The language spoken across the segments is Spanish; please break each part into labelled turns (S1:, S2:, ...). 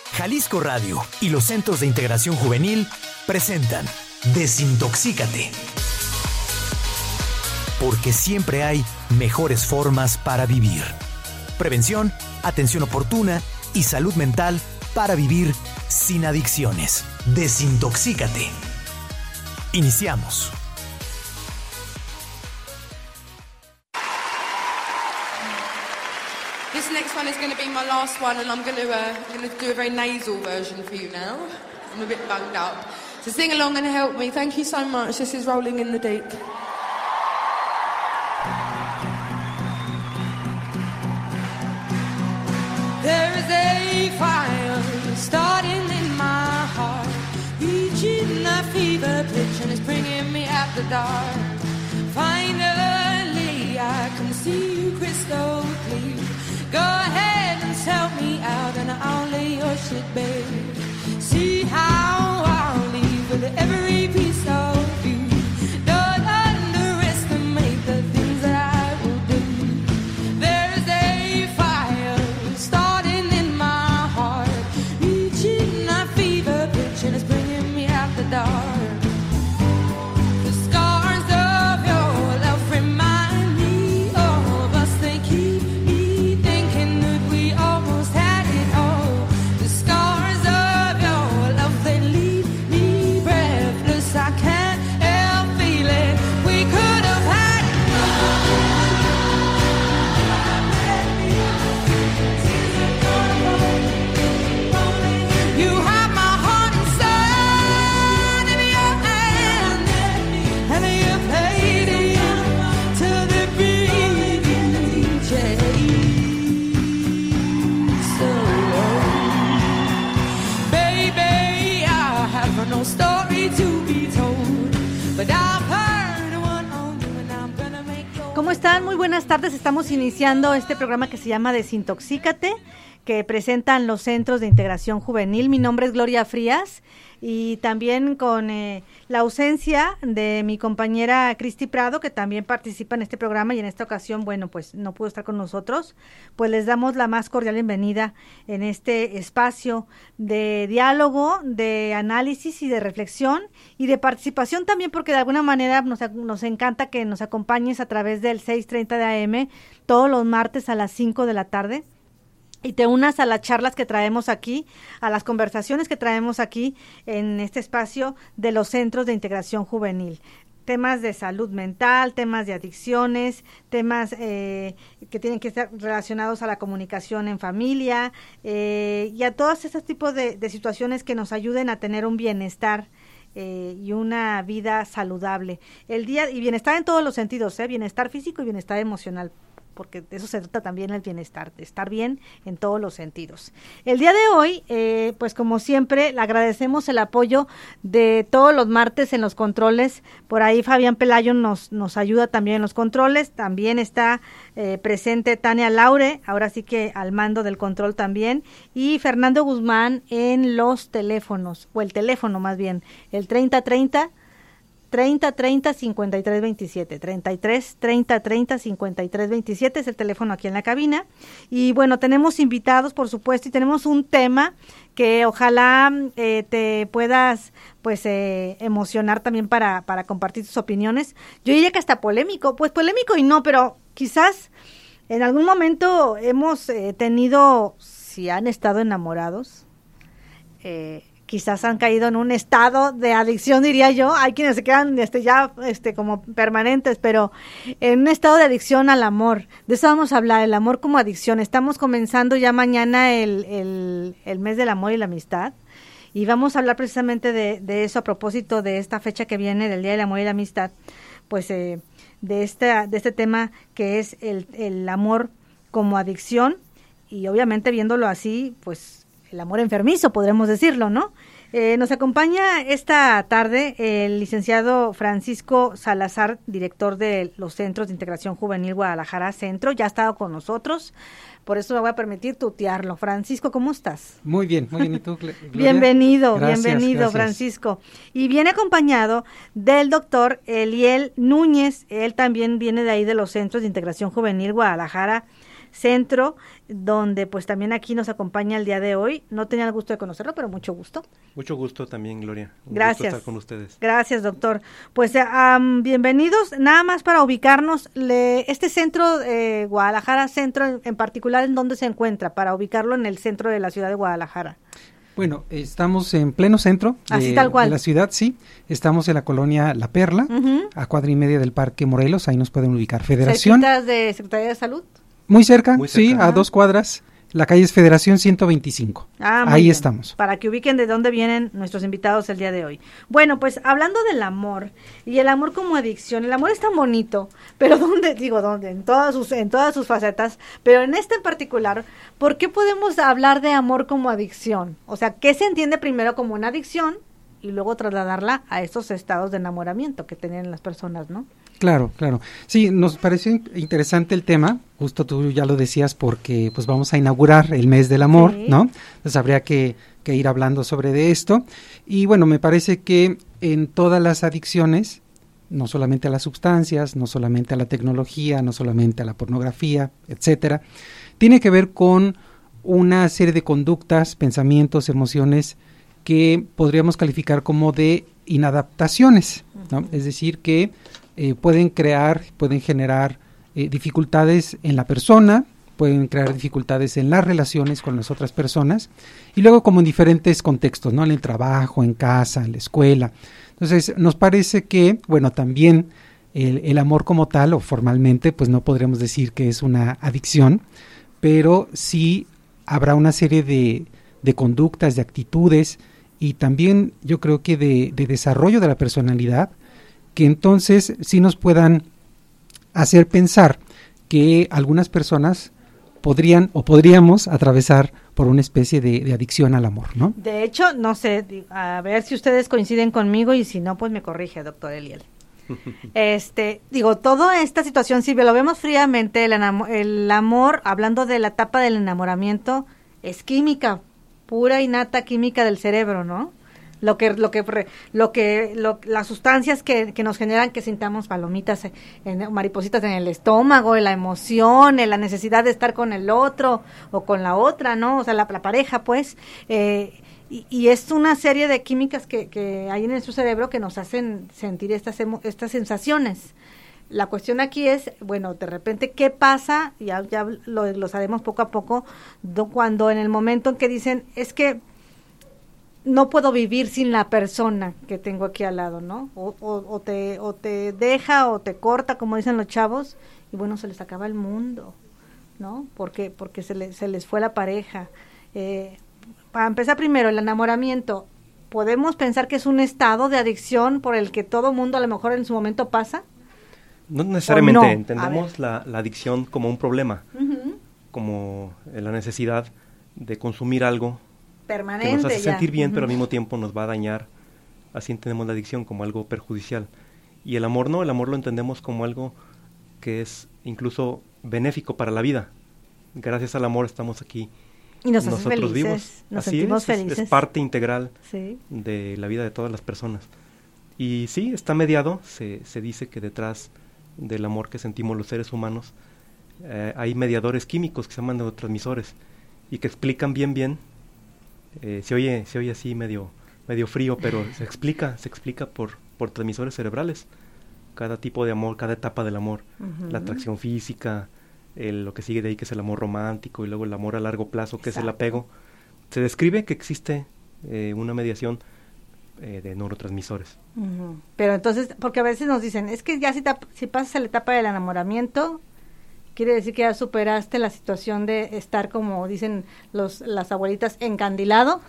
S1: Jalisco Radio y los Centros de Integración Juvenil presentan Desintoxícate. Porque siempre hay mejores formas para vivir. Prevención, atención oportuna y salud mental para vivir sin adicciones. Desintoxícate. Iniciamos.
S2: This next one is going to be my last one, and I'm going to do a very nasal version for you now. I'm a bit bunged up. So sing along and help me. Thank you so much. This is Rolling in the Deep. There is a fire starting in my heart, reaching a fever pitch and it's bringing me out the dark. Finally, I can see you crystal clear. Go ahead and sell me out and I'll lay your shit bare. See how I'll leave with every piece of you. Don't underestimate the things that I will do. There's a fire starting in my heart, reaching a fever pitch and it's bringing me out the dark.
S3: ¿Cómo están? Muy buenas tardes. Estamos iniciando este programa que se llama Desintoxícate, que presentan los Centros de Integración Juvenil. Mi nombre es Gloria Frías y también con la ausencia de mi compañera Cristi Prado, que también participa en este programa y en esta ocasión, bueno, pues no pudo estar con nosotros, pues les damos la más cordial bienvenida en este espacio de diálogo, de análisis y de reflexión y de participación también, porque de alguna manera nos encanta que nos acompañes a través del 6:30 de AM todos los martes a las 5 de la tarde. Y te unas a las charlas que traemos aquí, a las conversaciones que traemos aquí en este espacio de los Centros de Integración Juvenil. Temas de salud mental, temas de adicciones, temas que tienen que estar relacionados a la comunicación en familia y a todos esos tipos de situaciones que nos ayuden a tener un bienestar y una vida saludable. Y bienestar en todos los sentidos, bienestar físico y bienestar emocional, porque de eso se trata también el bienestar, de estar bien en todos los sentidos. El día de hoy, pues como siempre, le agradecemos el apoyo de todos los martes en los controles. Por ahí Fabián Pelayo nos ayuda también en los controles. También está presente Tania Laure, ahora sí que al mando del control también. Y Fernando Guzmán en los teléfonos, o el teléfono más bien, el 3030 5327, 5330 es el teléfono aquí en la cabina. Y bueno, tenemos invitados, por supuesto, y tenemos un tema que ojalá te puedas pues emocionar también para compartir tus opiniones. Yo diría que hasta polémico, pues polémico y no, pero quizás en algún momento hemos tenido, si han estado enamorados, quizás han caído en un estado de adicción, diría yo. Hay quienes se quedan ya como permanentes, pero en un estado de adicción al amor. De eso vamos a hablar, el amor como adicción. Estamos comenzando ya mañana el mes del amor y la amistad, y vamos a hablar precisamente de eso a propósito de esta fecha que viene, del Día del Amor y la Amistad, pues de este tema que es el amor como adicción, y obviamente viéndolo así, pues el amor enfermizo, podremos decirlo, ¿no? Nos acompaña esta tarde el licenciado Francisco Salazar, director de los Centros de Integración Juvenil Guadalajara Centro. Ya ha estado con nosotros, por eso me voy a permitir tutearlo. Francisco, ¿cómo estás?
S4: Muy bien. ¿Y tú, Gloria?
S3: Bienvenido,
S4: gracias.
S3: Francisco. Y viene acompañado del doctor Eliel Núñez. Él también viene de ahí de los Centros de Integración Juvenil Guadalajara centro, donde pues también aquí nos acompaña el día de hoy. No tenía el gusto de conocerlo, pero mucho gusto.
S5: Mucho gusto también, Gloria.
S3: Gracias.
S5: Gusto estar con ustedes.
S3: Gracias, doctor. Pues bienvenidos. Nada más para ubicarnos, este centro, Guadalajara Centro en particular, ¿en dónde se encuentra? Para ubicarlo en el centro de la ciudad de Guadalajara.
S4: Bueno, estamos en pleno centro
S3: Así tal cual.
S4: de la ciudad, sí. Estamos en la colonia La Perla, a cuadra y media del Parque Morelos, ahí nos pueden ubicar. Federación.
S3: ¿Cerquitas de Secretaría de Salud?
S4: Muy cerca,
S5: Muy
S4: sí,
S5: cerca.
S4: a 2 cuadras. La calle es Federación 125.
S3: Muy
S4: Ahí
S3: bien,
S4: estamos.
S3: para que ubiquen de dónde vienen nuestros invitados el día de hoy. Bueno, pues hablando del amor y el amor como adicción, el amor es tan bonito, pero ¿dónde? En todas sus facetas, pero en este en particular, ¿por qué podemos hablar de amor como adicción? O sea, ¿qué se entiende primero como una adicción y luego trasladarla a estos estados de enamoramiento que tienen las personas, ¿no?
S4: Claro, claro. Sí, nos pareció interesante el tema, justo tú ya lo decías, porque pues vamos a inaugurar el mes del amor,
S3: Sí.
S4: ¿no? Entonces habría que ir hablando sobre de esto. Y bueno, me parece que en todas las adicciones, no solamente a las sustancias, no solamente a la tecnología, no solamente a la pornografía, etcétera, tiene que ver con una serie de conductas, pensamientos, emociones que podríamos calificar como de inadaptaciones, ¿no? Es decir, que pueden generar dificultades en la persona, pueden crear dificultades en las relaciones con las otras personas y luego como en diferentes contextos, ¿no? En el trabajo, en casa, en la escuela. Entonces, nos parece que, bueno, también el amor como tal o formalmente, pues no podríamos decir que es una adicción, pero sí habrá una serie de conductas, de actitudes y también yo creo que de desarrollo de la personalidad que entonces sí nos puedan hacer pensar que algunas personas podríamos atravesar por una especie de adicción al amor, ¿no?
S3: De hecho, no sé, a ver si ustedes coinciden conmigo y si no, pues me corrige, doctor Eliel. Toda esta situación, si lo vemos fríamente, el amor, hablando de la etapa del enamoramiento, es química, pura y nata química del cerebro, ¿no? Las sustancias que nos generan que sintamos palomitas, maripositas en el estómago, la emoción, la necesidad de estar con el otro o con la otra, ¿no? O sea, la pareja, pues, y es una serie de químicas que hay en nuestro cerebro que nos hacen sentir estas sensaciones. La cuestión aquí es, bueno, de repente, ¿qué pasa? Ya lo sabemos poco a poco, cuando en el momento en que dicen, es que no puedo vivir sin la persona que tengo aquí al lado, ¿no? O te deja o te corta, como dicen los chavos, y bueno, se les acaba el mundo, ¿no? Porque se les fue la pareja. Para empezar primero, el enamoramiento, ¿podemos pensar que es un estado de adicción por el que todo mundo a lo mejor en su momento pasa?
S5: No necesariamente,
S3: no.
S5: entendemos la adicción como un problema,
S3: Uh-huh.
S5: como la necesidad de consumir algo
S3: Permanente,
S5: que nos hace
S3: ya.
S5: sentir bien,
S3: Uh-huh.
S5: pero al mismo tiempo nos va a dañar. Así entendemos la adicción como algo perjudicial. Y el amor no, el amor lo entendemos como algo que es incluso benéfico para la vida. Gracias al amor estamos aquí
S3: Y nos hace
S5: nosotros
S3: felices,
S5: vivos.
S3: nos
S5: Así
S3: sentimos
S5: es
S3: felices.
S5: parte integral
S3: Sí.
S5: de la vida de todas las personas. Y sí, está mediado, se dice que detrás del amor que sentimos los seres humanos hay mediadores químicos que se llaman neurotransmisores y que explican bien, se oye así medio frío, pero se explica por transmisores cerebrales, cada tipo de amor, cada etapa del amor,
S3: Uh-huh.
S5: la atracción física, lo que sigue de ahí que es el amor romántico y luego el amor a largo plazo que
S3: Exacto.
S5: es el apego. Se describe que existe una mediación de neurotransmisores.
S3: Uh-huh. Pero entonces, porque a veces nos dicen, es que ya si pasas a la etapa del enamoramiento, quiere decir que ya superaste la situación de estar, como dicen las abuelitas, encandilado,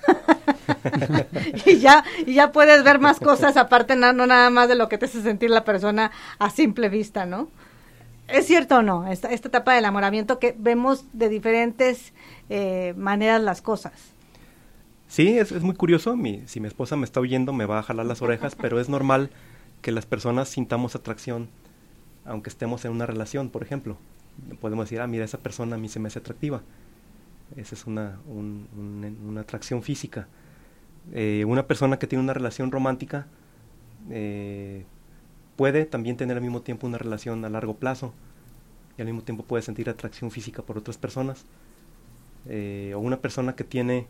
S3: y ya puedes ver más cosas aparte, no nada más de lo que te hace sentir la persona a simple vista, ¿no? ¿Es cierto o no? Esta etapa del enamoramiento que vemos de diferentes maneras las cosas.
S5: Sí, es muy curioso. Si mi esposa me está oyendo me va a jalar las orejas, pero es normal que las personas sintamos atracción aunque estemos en una relación, por ejemplo. Podemos decir, mira, esa persona a mí se me hace atractiva. Esa es una atracción física. Una persona que tiene una relación romántica puede también tener al mismo tiempo una relación a largo plazo. y al mismo tiempo puede sentir atracción física por otras personas. O una persona que tiene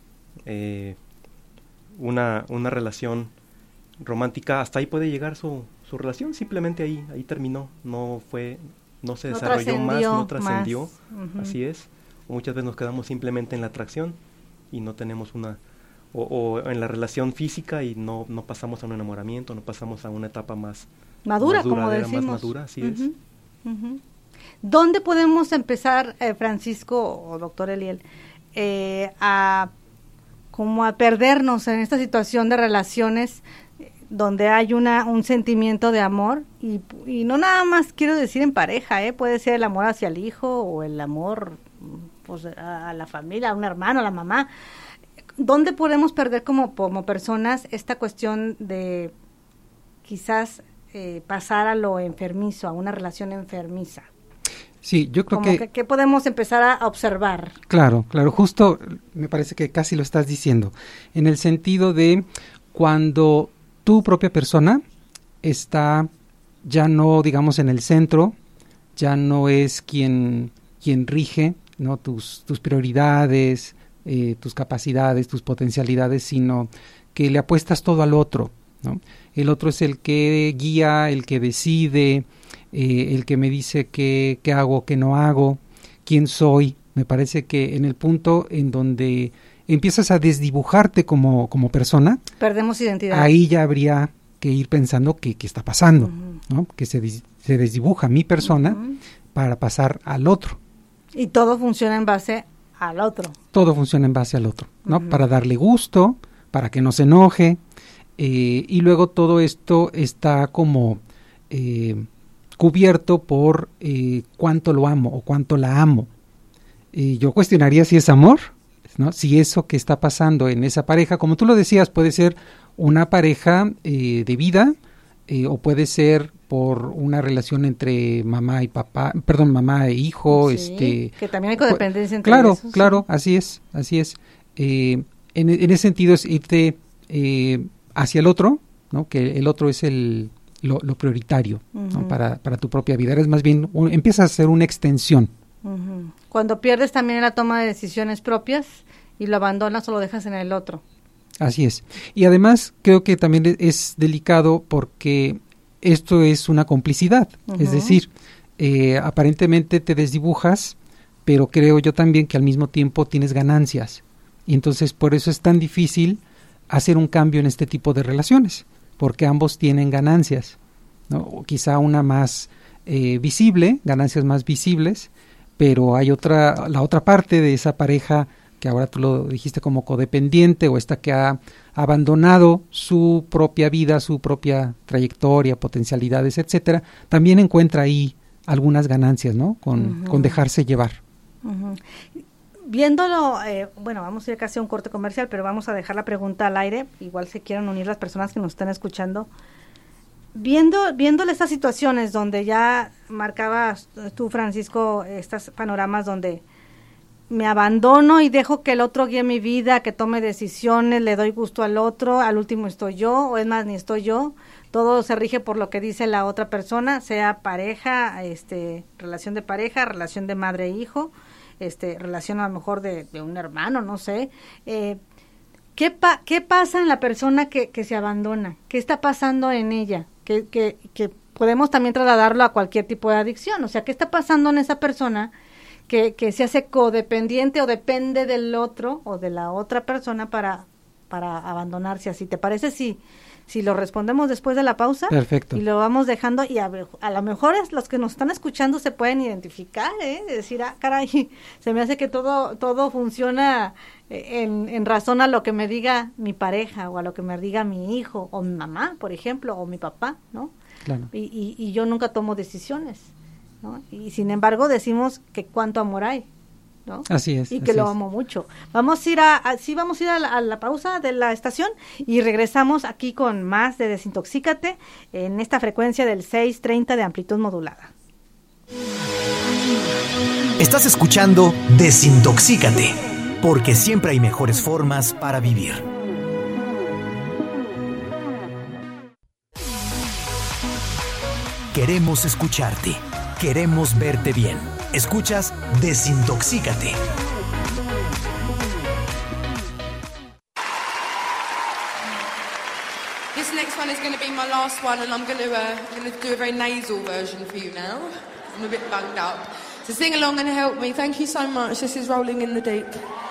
S5: una relación romántica, hasta ahí puede llegar su relación, simplemente ahí terminó, no se desarrolló más, no trascendió, uh-huh. Así es. O muchas veces nos quedamos simplemente en la atracción y no tenemos o en la relación física y no pasamos a un enamoramiento, no pasamos a una etapa más
S3: madura, como decimos. Más madura, así uh-huh. Es. Uh-huh. ¿Dónde podemos empezar, Francisco o doctor Eliel, a perdernos en esta situación de relaciones donde hay un sentimiento de amor y no nada más quiero decir en pareja, puede ser el amor hacia el hijo o el amor pues a la familia, a un hermano, a la mamá? ¿Dónde podemos perder como personas esta cuestión de quizás pasar a lo enfermizo, a una relación enfermiza?
S4: Sí, yo creo
S3: que podemos empezar a observar.
S4: Claro, justo me parece que casi lo estás diciendo, en el sentido de cuando tu propia persona está ya no, digamos, en el centro, ya no es quien rige, ¿no? tus prioridades, tus capacidades, tus potencialidades, sino que le apuestas todo al otro, ¿no? El otro es el que guía, el que decide, el que me dice qué hago, qué no hago, quién soy. Me parece que en el punto en donde empiezas a desdibujarte como persona,
S3: perdemos identidad.
S4: Ahí ya habría que ir pensando qué está pasando, uh-huh. ¿no? Que se desdibuja mi persona uh-huh. para pasar al otro.
S3: Y todo funciona en base al otro.
S4: Todo funciona en base al otro, ¿no?
S3: Uh-huh.
S4: Para darle gusto, para que no se enoje, y luego todo esto está como cubierto por cuánto lo amo o cuánto la amo. Yo cuestionaría si es amor, ¿no? Si eso que está pasando en esa pareja, como tú lo decías, puede ser una pareja de vida, o puede ser por una relación entre mamá e hijo,
S3: sí, que también hay codependencia entre
S4: claro,
S3: esos.
S4: Claro, sí. así es. En ese sentido es irte hacia el otro, ¿no? Que el otro es lo prioritario, uh-huh. ¿no? para tu propia vida. Eres más bien, empiezas a ser una extensión.
S3: Uh-huh. Cuando pierdes también la toma de decisiones propias y lo abandonas o lo dejas en el otro.
S4: Así es. Y además creo que también es delicado porque esto es una complicidad. Uh-huh. Es decir, aparentemente te desdibujas, pero creo yo también que al mismo tiempo tienes ganancias. Y entonces por eso es tan difícil hacer un cambio en este tipo de relaciones, porque ambos tienen ganancias, ¿no? O quizá una más visible, ganancias más visibles, pero hay la otra parte de esa pareja que ahora tú lo dijiste como codependiente, o esta que ha abandonado su propia vida, su propia trayectoria, potencialidades, etcétera, también encuentra ahí algunas ganancias, ¿no? Con dejarse llevar.
S3: Uh-huh. Viéndolo, vamos a ir casi a un corte comercial, pero vamos a dejar la pregunta al aire, igual se quieren unir las personas que nos están escuchando. Viéndole estas situaciones donde ya marcabas tú, Francisco, estos panoramas donde me abandono y dejo que el otro guíe mi vida, que tome decisiones, le doy gusto al otro, al último estoy yo, o es más, ni estoy yo, todo se rige por lo que dice la otra persona, sea pareja, relación de pareja, relación de madre e hijo, relación a lo mejor de un hermano, no sé. ¿Qué pasa en la persona que se abandona? ¿Qué está pasando en ella? Que podemos también trasladarlo a cualquier tipo de adicción. O sea, ¿qué está pasando en esa persona que se hace codependiente o depende del otro o de la otra persona para abandonarse así? ¿Te parece si lo respondemos después de la pausa?
S4: Perfecto.
S3: Y lo vamos dejando, y a lo mejor los que nos están escuchando se pueden identificar, decir, caray, se me hace que todo funciona en razón a lo que me diga mi pareja, o a lo que me diga mi hijo, o mi mamá, por ejemplo, o mi papá, ¿no?
S4: Claro.
S3: Y yo nunca tomo decisiones, ¿no? Y sin embargo decimos que cuánto amor hay, ¿no?
S4: Así es.
S3: Y que lo amo mucho. Vamos a ir a la pausa de la estación y regresamos aquí con más de Desintoxícate en esta frecuencia del 630 de amplitud modulada.
S1: Estás escuchando Desintoxícate, porque siempre hay mejores formas para vivir. Queremos escucharte. queremos verte bien. Escuchas Desintoxícate.
S2: This next one is going to be my last one, and I'm going to do a very nasal version for you now. I'm a bit bunged up. So sing along and help me. Thank you so much. This is Rolling in the Deep.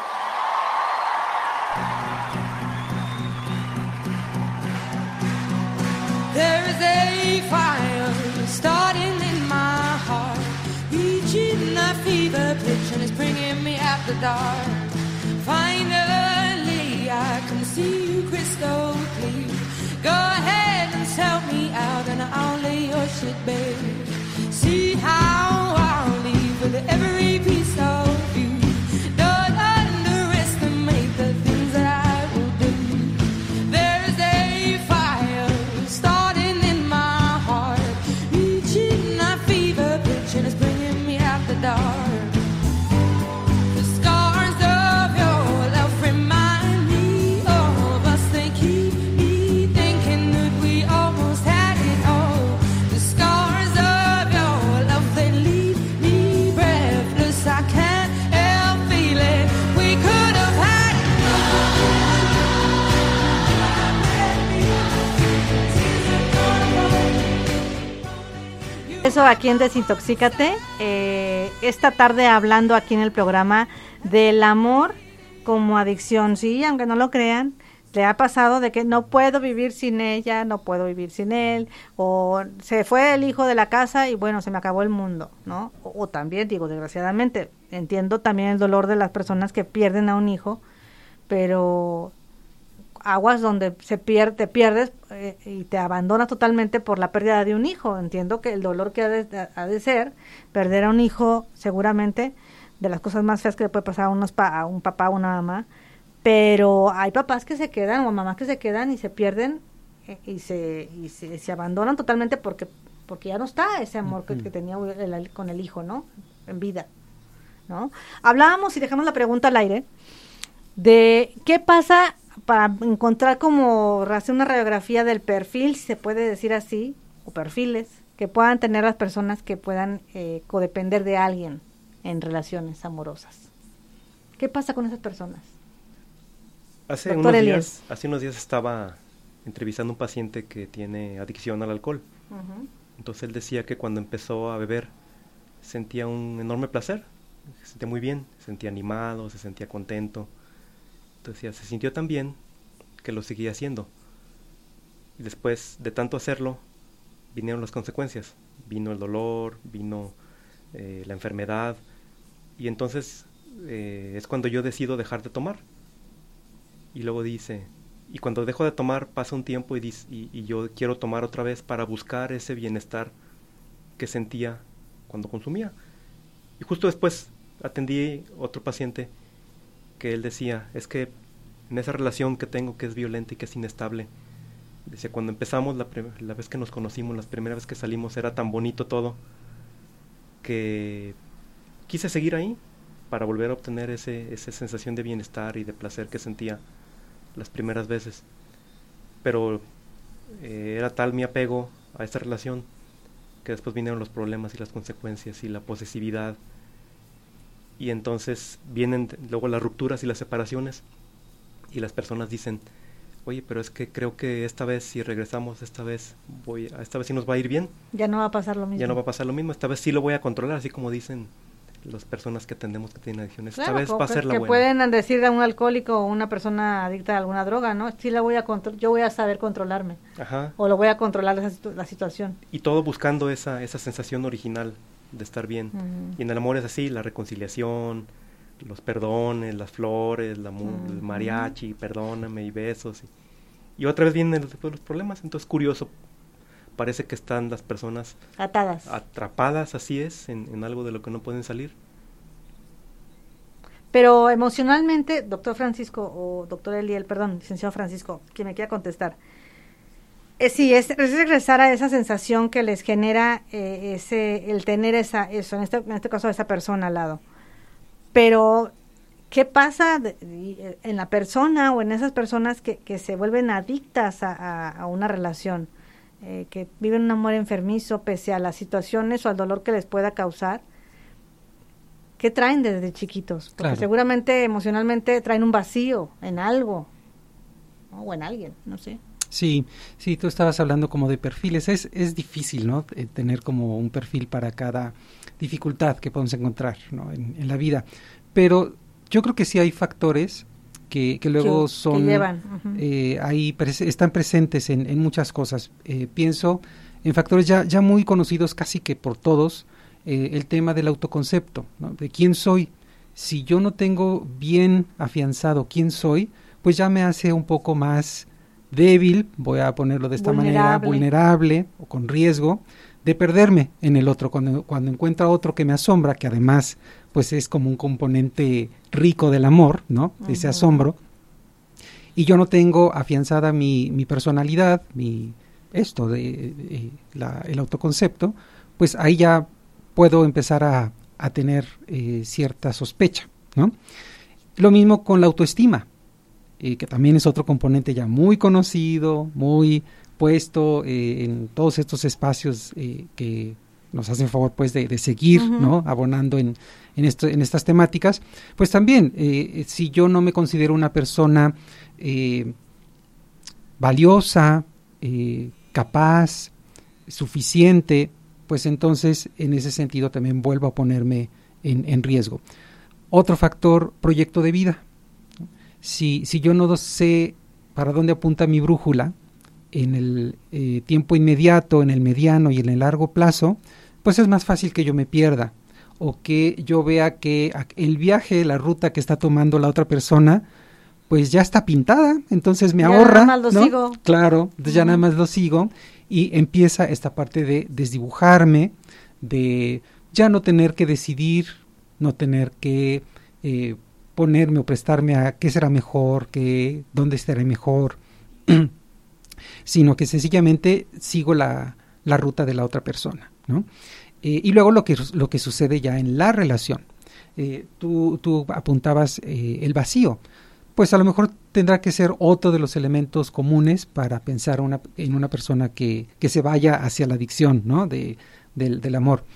S2: There is a fire starting in my heart, reaching a fever pitch, and it's bringing me out the dark. Finally, I can see you crystal clear. Go ahead and sell me out, and I'll lay your shit bare. See how I'll leave with every piece of you. Don't underestimate the things that I will do. There's a fire starting in my heart, reaching a fever pitch, and it's bringing me out the dark. The scars of your love remind me of us. They keep me thinking that we almost had it all. The scars of your love, they leave me breathless. I can't help feeling we could have had
S3: Eso aquí en Desintoxícate, esta tarde hablando aquí en el programa del amor como adicción, sí, aunque no lo crean, le ha pasado de que no puedo vivir sin ella, no puedo vivir sin él, o se fue el hijo de la casa y bueno, se me acabó el mundo, ¿no? O también, digo, desgraciadamente, entiendo también el dolor de las personas que pierden a un hijo, pero aguas donde te pierdes y te abandonas totalmente por la pérdida de un hijo. Entiendo que el dolor que ha de ser perder a un hijo, seguramente de las cosas más feas que le puede pasar a un papá o una mamá, pero hay papás que se quedan o mamás que se quedan y se pierden y se abandonan totalmente porque ya no está ese amor que tenía con el hijo, ¿no? En vida, ¿no? Hablábamos y dejamos la pregunta al aire de qué pasa para encontrar como hacer una radiografía del perfil, si se puede decir así, o perfiles que puedan tener las personas que puedan codepender de alguien en relaciones amorosas. ¿Qué pasa con esas personas?
S5: Hace unos días estaba entrevistando a un paciente que tiene adicción al alcohol. Uh-huh. Entonces él decía que cuando empezó a beber sentía un enorme placer, se sentía muy bien, se sentía animado, se sentía contento. Entonces se sintió tan bien que lo seguía haciendo. Y después de tanto hacerlo, vinieron las consecuencias. Vino el dolor, vino la enfermedad. Y entonces es cuando yo decido dejar de tomar. Y luego dice, y cuando dejo de tomar pasa un tiempo y yo quiero tomar otra vez para buscar ese bienestar que sentía cuando consumía. Y justo después atendí otro paciente que él decía, es que en esa relación que tengo que es violenta y que es inestable, decía, cuando empezamos la vez que nos conocimos, la primera vez que salimos, era tan bonito todo que quise seguir ahí para volver a obtener esa sensación de bienestar y de placer que sentía las primeras veces, pero era tal mi apego a esta relación que después vinieron los problemas y las consecuencias y la posesividad. Y entonces vienen luego las rupturas y las separaciones y las personas dicen, oye, pero es que creo que esta vez si regresamos, esta vez sí nos va a ir bien.
S3: Ya no va a pasar lo mismo.
S5: Ya no va a pasar lo mismo, esta vez sí lo voy a controlar, así como dicen las personas que atendemos que tienen adicciones. Claro, esta vez va a ser la buena.
S3: Que pueden decir a un alcohólico o una persona adicta a alguna droga, ¿no? Sí la voy a yo voy a saber controlarme. Ajá. O lo voy a controlar la situación.
S5: Y todo buscando esa sensación original de estar bien. Uh-huh. Y en el amor es así, la reconciliación, los perdones, las flores, el mariachi, perdóname y besos. Y otra vez vienen después los problemas. Entonces, curioso, parece que están las personas
S3: atadas,
S5: atrapadas, así es, en algo de lo que no pueden salir.
S3: Pero emocionalmente, doctor Francisco, o doctor Eliel, perdón, licenciado Francisco, quien me quiera contestar, sí, es regresar a esa sensación que les genera el tener eso, en este caso, a esa persona al lado. Pero, ¿qué pasa en la persona o en esas personas que se vuelven adictas a una relación? que viven un amor enfermizo pese a las situaciones o al dolor que les pueda causar, ¿qué traen desde chiquitos? Porque
S4: Claro.
S3: seguramente emocionalmente traen un vacío en algo, ¿no? O en alguien, no sé.
S4: Sí, sí, tú estabas hablando como de perfiles. Es difícil, ¿no? Tener como un perfil para cada dificultad que podemos encontrar, ¿no? en la vida. Pero yo creo que sí hay factores que luego
S3: Que
S4: son
S3: llevan. Ujú.
S4: están presentes en muchas cosas. Pienso en factores ya muy conocidos casi que por todos, el tema del autoconcepto, ¿no? De quién soy. Si yo no tengo bien afianzado quién soy, pues ya me hace un poco más débil, voy a ponerlo de esta manera, vulnerable o con riesgo de perderme en el otro. Cuando encuentro a otro que me asombra, que además pues es como un componente rico del amor, ¿no? Ese asombro, y yo no tengo afianzada mi personalidad, el autoconcepto, pues ahí ya puedo empezar a tener cierta sospecha, ¿no? Lo mismo con la autoestima, que también es otro componente ya muy conocido, muy puesto en todos estos espacios que nos hacen favor pues de seguir,
S3: Uh-huh.
S4: ¿no? Abonando en estas temáticas. Pues también, si yo no me considero una persona valiosa, capaz, suficiente, pues entonces en ese sentido también vuelvo a ponerme en riesgo. Otro factor, proyecto de vida. Si yo no sé para dónde apunta mi brújula en el tiempo inmediato, en el mediano y en el largo plazo, pues es más fácil que yo me pierda o que yo vea que el viaje, la ruta que está tomando la otra persona, pues ya está pintada, entonces me ahorra,
S3: nada más lo
S4: ¿no?
S3: sigo.
S4: Claro, entonces ya nada más lo sigo y empieza esta parte de desdibujarme, de ya no tener que decidir, no tener que ponerme o prestarme a qué será mejor, dónde estaré mejor, sino que sencillamente sigo la ruta de la otra persona, ¿no? Y luego lo que sucede ya en la relación. Tú apuntabas el vacío. Pues a lo mejor tendrá que ser otro de los elementos comunes para pensar en una persona que se vaya hacia la adicción, ¿no? del amor.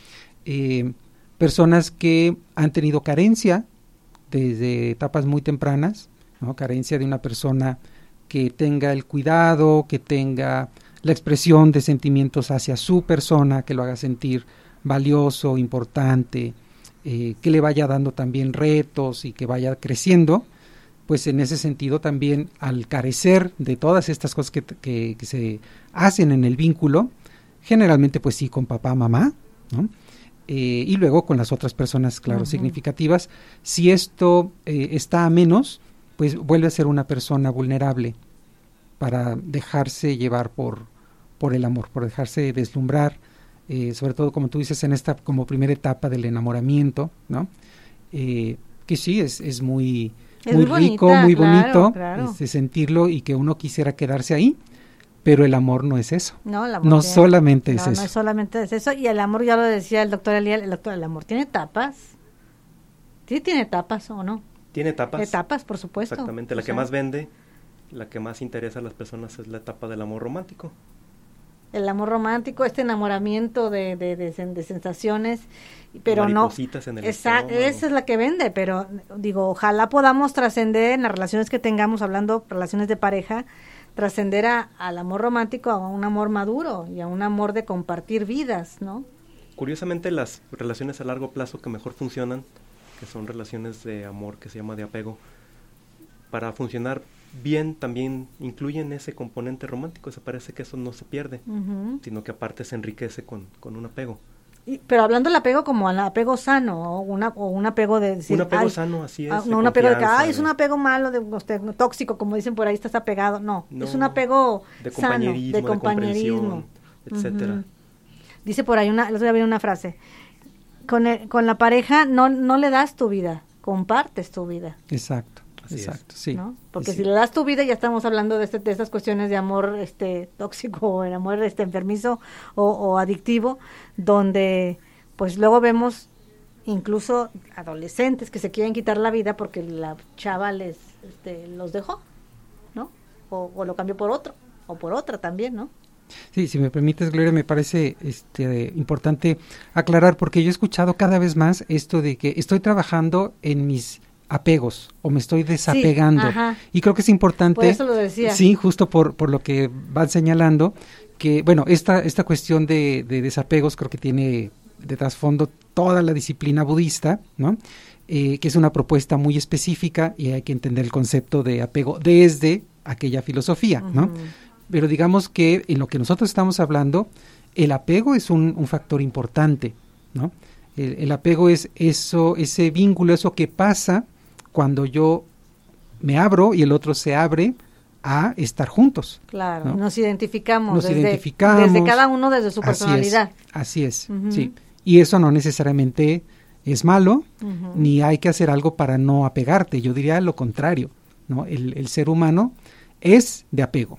S4: Personas que han tenido carencia desde etapas muy tempranas, ¿no? Carencia de una persona que tenga el cuidado, que tenga la expresión de sentimientos hacia su persona, que lo haga sentir valioso, importante, que le vaya dando también retos y que vaya creciendo. Pues en ese sentido también, al carecer de todas estas cosas que se hacen en el vínculo, generalmente pues sí con papá, mamá, ¿no? Y luego con las otras personas, claro, significativas. Si esto está a menos, pues vuelve a ser una persona vulnerable para dejarse llevar por el amor, por dejarse deslumbrar, sobre todo como tú dices en esta como primera etapa del enamoramiento, ¿no? Que sí, es muy...
S3: Es
S4: muy
S3: muy
S4: rico,
S3: bonita,
S4: muy
S3: claro,
S4: bonito,
S3: claro.
S4: Sentirlo y que uno quisiera quedarse ahí, pero el amor no es eso.
S3: No, el amor
S4: No solamente es
S3: no,
S4: eso.
S3: no es solamente es eso. Y el amor, ya lo decía el doctor Eliel, el amor tiene etapas. ¿Sí tiene etapas o no?
S5: Tiene etapas.
S3: Etapas, por supuesto.
S5: Exactamente, la
S3: O
S5: que
S3: sea,
S5: más vende, la que más interesa a las personas es la etapa del amor romántico.
S3: el amor romántico, este enamoramiento de sensaciones, pero no.
S5: Maripositas en el estómago.
S3: Esa es la que vende, pero digo, ojalá podamos trascender en las relaciones que tengamos, hablando relaciones de pareja, trascender al amor romántico, a un amor maduro y a un amor de compartir vidas, ¿no?
S5: Curiosamente, las relaciones a largo plazo que mejor funcionan, que son relaciones de amor que se llama de apego, para funcionar bien también incluyen ese componente romántico. Se parece que eso no se pierde, sino que aparte se enriquece con un apego.
S3: Pero hablando del apego como al apego sano, o un apego de decir,
S5: Un apego sano, así es.
S3: no un apego de que,
S5: confianza,
S3: es un apego malo, tóxico, como dicen por ahí, estás apegado. No, es un apego
S5: de
S3: sano,
S5: compañerismo,
S3: de compañerismo,
S5: etcétera.
S3: Dice por ahí el otro día había una frase, con la pareja no le das tu vida, compartes tu vida.
S4: Exacto,
S5: Así
S4: exacto,
S5: es.
S4: sí.
S3: ¿No? Porque
S4: Sí.
S3: si le das tu vida, ya estamos hablando de estas cuestiones de amor tóxico o el amor enfermizo o adictivo, donde pues luego vemos incluso adolescentes que se quieren quitar la vida porque la chava los dejó, ¿no? O lo cambió por otro, o por otra también, ¿no?
S4: Sí, si me permites, Gloria, me parece importante aclarar, porque yo he escuchado cada vez más esto de que estoy trabajando en mis apegos o me estoy desapegando.
S3: Sí,
S4: y creo que es importante.
S3: Por eso lo decía.
S4: Sí, justo por lo que van señalando, que bueno, esta cuestión de desapegos creo que tiene de trasfondo toda la disciplina budista, ¿no? Que es una propuesta muy específica y hay que entender el concepto de apego desde aquella filosofía, ¿no? Pero digamos que en lo que nosotros estamos hablando, el apego es un factor importante, ¿no? El apego es eso, ese vínculo, eso que pasa cuando yo me abro y el otro se abre a estar juntos.
S3: Claro,
S4: ¿no?
S3: nos identificamos.
S4: Desde
S3: cada uno desde su personalidad.
S4: Así es, sí. Y eso no necesariamente es malo, ni hay que hacer algo para no apegarte. Yo diría lo contrario, ¿no? El ser humano es de apego,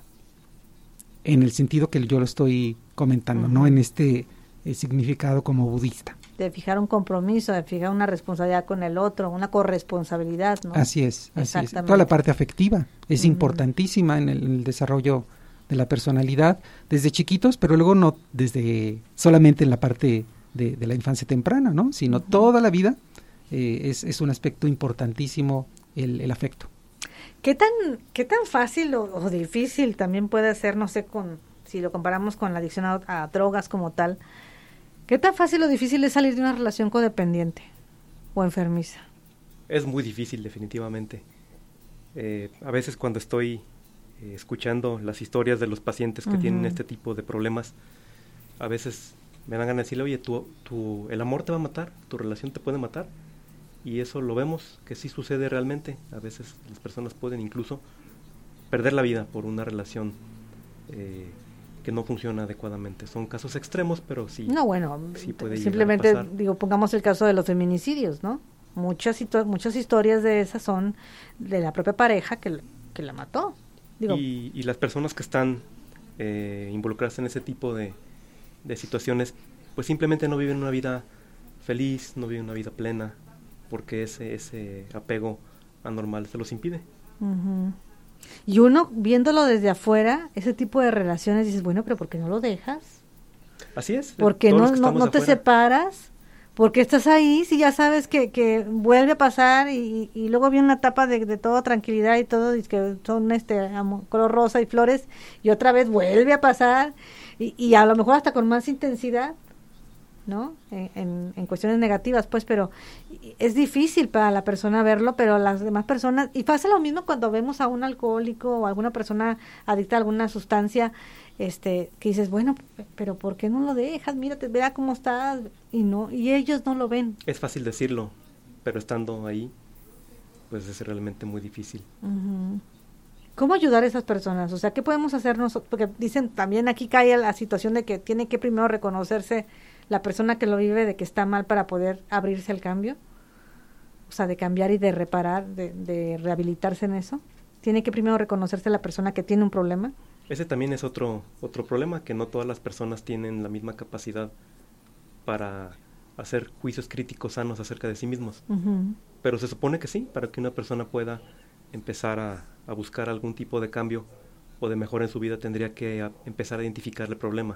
S4: en el sentido que yo lo estoy comentando, no en este significado como budista.
S3: De fijar un compromiso, de fijar una responsabilidad con el otro, una corresponsabilidad, ¿no?
S4: Así es. Toda la parte afectiva es importantísima en el desarrollo de la personalidad desde chiquitos, pero luego no desde solamente en la parte de la infancia temprana, ¿no? Sino toda la vida es un aspecto importantísimo el afecto.
S3: ¿Qué tan fácil o difícil también puede ser, no sé, si lo comparamos con la adicción a drogas como tal, qué tan fácil o difícil es salir de una relación codependiente o enfermiza?
S5: Es muy difícil, definitivamente. A veces cuando estoy escuchando las historias de los pacientes que tienen este tipo de problemas, a veces me dan ganas de decirle, oye, el amor te va a matar, tu relación te puede matar. Y eso lo vemos que sí sucede realmente. A veces las personas pueden incluso perder la vida por una relación que no funciona adecuadamente. Son casos extremos, pero sí.
S3: No, bueno,
S5: sí puede
S3: simplemente
S5: llegar a pasar.
S3: Pongamos el caso de los feminicidios, ¿no? Muchas historias de esas son de la propia pareja que la mató.
S5: Y las personas que están involucradas en ese tipo de situaciones, pues simplemente no viven una vida feliz, no viven una vida plena, porque ese apego anormal se los impide.
S3: Y uno, viéndolo desde afuera, ese tipo de relaciones, dices, bueno, pero ¿por qué no lo dejas?
S5: Así es.
S3: ¿Por qué no te separas? ¿Por qué estás ahí si ya sabes que vuelve a pasar y luego viene una etapa de toda tranquilidad y todo, y que son color rosa y flores, y otra vez vuelve a pasar, y a lo mejor hasta con más intensidad, ¿no? En cuestiones negativas, pues, pero es difícil para la persona verlo, pero las demás personas, y pasa lo mismo cuando vemos a un alcohólico o alguna persona adicta a alguna sustancia, que dices, bueno, pero ¿por qué no lo dejas? Mírate, vea cómo estás, y ellos no lo ven.
S5: Es fácil decirlo, pero estando ahí, pues es realmente muy difícil.
S3: ¿Cómo ayudar a esas personas? O sea, ¿qué podemos hacer nosotros? Porque dicen, también aquí cae la situación de que tiene que primero reconocerse la persona que lo vive de que está mal para poder abrirse al cambio, o sea, de cambiar y de reparar, de rehabilitarse en eso. Tiene que primero reconocerse la persona que tiene un problema.
S5: Ese también es otro problema, que no todas las personas tienen la misma capacidad para hacer juicios críticos sanos acerca de sí mismos. Pero se supone que sí, para que una persona pueda empezar a buscar algún tipo de cambio o de mejora en su vida, tendría que empezar a identificar el problema.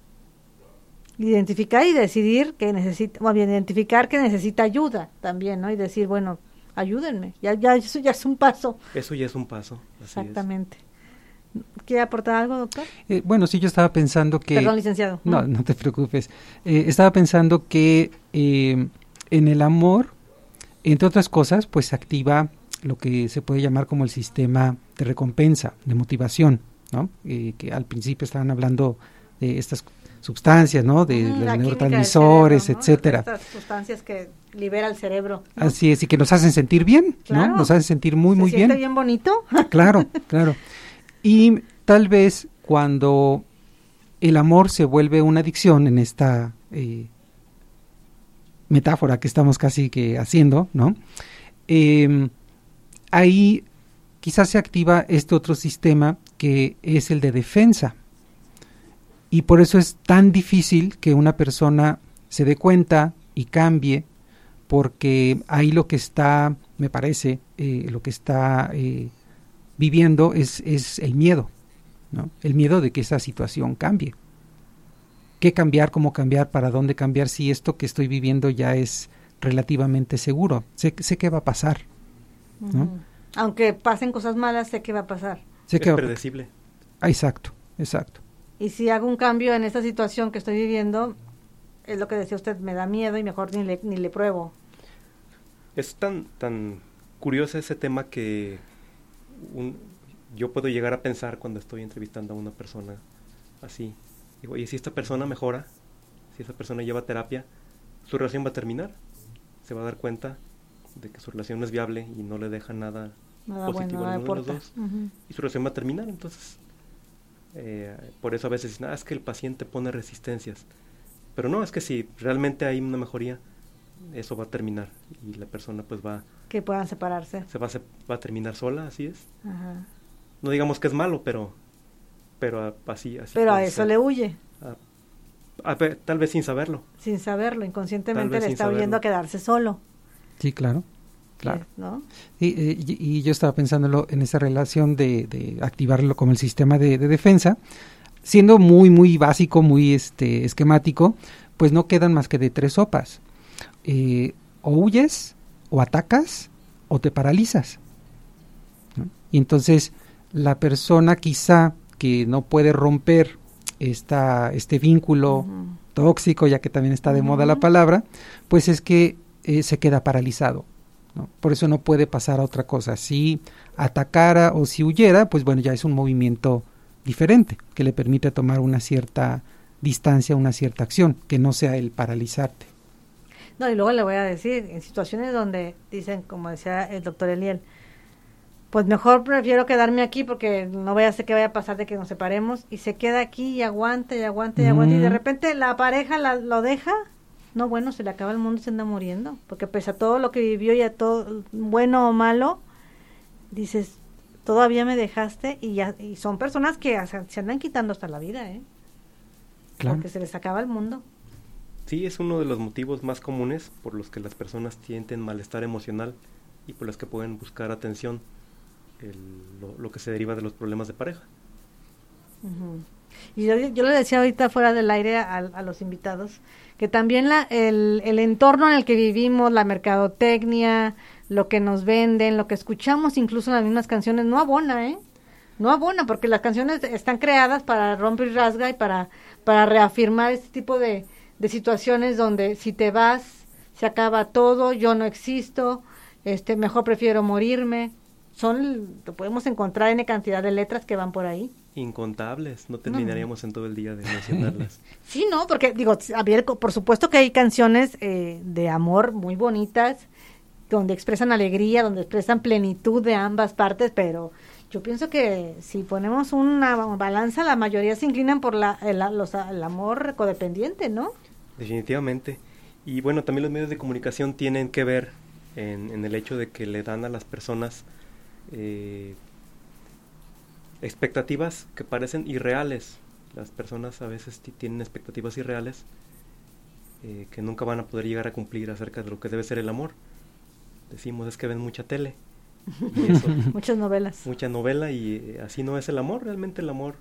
S3: Identificar y decidir que identificar que necesita ayuda también, ¿no? Y decir, bueno, ayúdenme, eso ya es un paso.
S5: Eso ya es un paso.
S3: Exactamente. ¿Quiere aportar algo, doctor?
S4: Bueno, sí, yo estaba pensando que...
S3: Perdón, licenciado.
S4: No te preocupes. Estaba pensando que en el amor, entre otras cosas, pues se activa lo que se puede llamar como el sistema de recompensa, de motivación, ¿no? Que al principio estaban hablando de estas sustancias, ¿no? De los neurotransmisores, cerebro, ¿no? Etcétera.
S3: Estas sustancias que libera el cerebro, ¿no?
S4: Así es, y que nos hacen sentir bien,
S3: claro.
S4: ¿no? Nos hacen sentir muy bien. ¿Se
S3: siente bien bonito?
S4: Claro. Y tal vez cuando el amor se vuelve una adicción en esta metáfora que estamos casi que haciendo, ¿no? Ahí quizás se activa este otro sistema que es el de defensa. Y por eso es tan difícil que una persona se dé cuenta y cambie, porque ahí lo que está, me parece, lo que está viviendo es el miedo, ¿no? El miedo de que esa situación cambie. ¿Qué cambiar? ¿Cómo cambiar? ¿Para dónde cambiar? Si esto que estoy viviendo ya es relativamente seguro. Sé qué va a pasar, ¿no?
S3: Aunque pasen cosas malas, sé qué va a pasar.
S4: Sé
S5: Es
S4: que
S5: predecible.
S4: Exacto.
S3: Y si hago un cambio en esta situación que estoy viviendo, es lo que decía usted, me da miedo y mejor ni le pruebo.
S5: Es tan curioso ese tema que yo puedo llegar a pensar cuando estoy entrevistando a una persona así. Digo, y si esta persona mejora, si esa persona lleva terapia, su relación va a terminar. Se va a dar cuenta de que su relación no es viable y no le deja nada positivo a ninguno de los dos. Y su relación va a terminar. Entonces, por eso a veces dicen, es que el paciente pone resistencias. Pero no, es que si realmente hay una mejoría, eso va a terminar. Y la persona pues va...
S3: Que puedan separarse.
S5: Va a terminar sola, así es.
S3: Ajá.
S5: No digamos que es malo, pero así.
S3: Pero a eso le huye.
S5: Tal vez sin saberlo.
S3: Sin saberlo, inconscientemente le está
S5: saberlo.
S3: huyendo a quedarse solo.
S4: Sí, claro.
S3: ¿No?
S4: Y yo estaba pensando en esa relación de activarlo como el sistema de defensa, siendo muy, muy básico, muy esquemático, pues no quedan más que de 3 sopas. O huyes, o atacas, o te paralizas, ¿no? Y entonces la persona quizá que no puede romper este vínculo tóxico, ya que también está de moda la palabra, pues es que se queda paralizado, ¿no? Por eso no puede pasar a otra cosa. Si atacara o si huyera, pues bueno, ya es un movimiento diferente, que le permite tomar una cierta distancia, una cierta acción, que no sea el paralizarte.
S3: No, y luego le voy a decir, en situaciones donde dicen, como decía el doctor Eliel, pues mejor prefiero quedarme aquí porque no voy a hacer qué vaya a pasar de que nos separemos, y se queda aquí y aguanta y aguanta y aguanta, y de repente la pareja lo deja. No, bueno, se le acaba el mundo y se anda muriendo, porque pese a todo lo que vivió y a todo, bueno o malo, dices, todavía me dejaste, y son personas que se andan quitando hasta la vida,
S4: Claro.
S3: Porque se les acaba el mundo.
S5: Sí, es uno de los motivos más comunes por los que las personas sienten malestar emocional y por los que pueden buscar atención, lo que se deriva de los problemas de pareja.
S3: Y yo le decía ahorita fuera del aire a los invitados que también el entorno en el que vivimos, la mercadotecnia, lo que nos venden, lo que escuchamos incluso en las mismas canciones, no abona, no abona, porque las canciones están creadas para romper y rasga y para reafirmar este tipo de situaciones donde si te vas, se acaba todo, yo no existo, mejor prefiero morirme. Lo podemos encontrar en cantidad de letras que van por ahí.
S5: Incontables, no terminaríamos en todo el día de mencionarlas.
S3: Sí, no, porque digo, por supuesto que hay canciones de amor muy bonitas, donde expresan alegría, donde expresan plenitud de ambas partes, pero yo pienso que si ponemos una balanza, la mayoría se inclinan por el amor codependiente, ¿no?
S5: Definitivamente. Y bueno, también los medios de comunicación tienen que ver en el hecho de que le dan a las personas expectativas que parecen irreales. Las personas a veces tienen expectativas irreales que nunca van a poder llegar a cumplir acerca de lo que debe ser el amor. Decimos, es que ven mucha tele. Y eso,
S3: muchas novelas.
S5: Mucha novela, y así no es el amor. Realmente el amor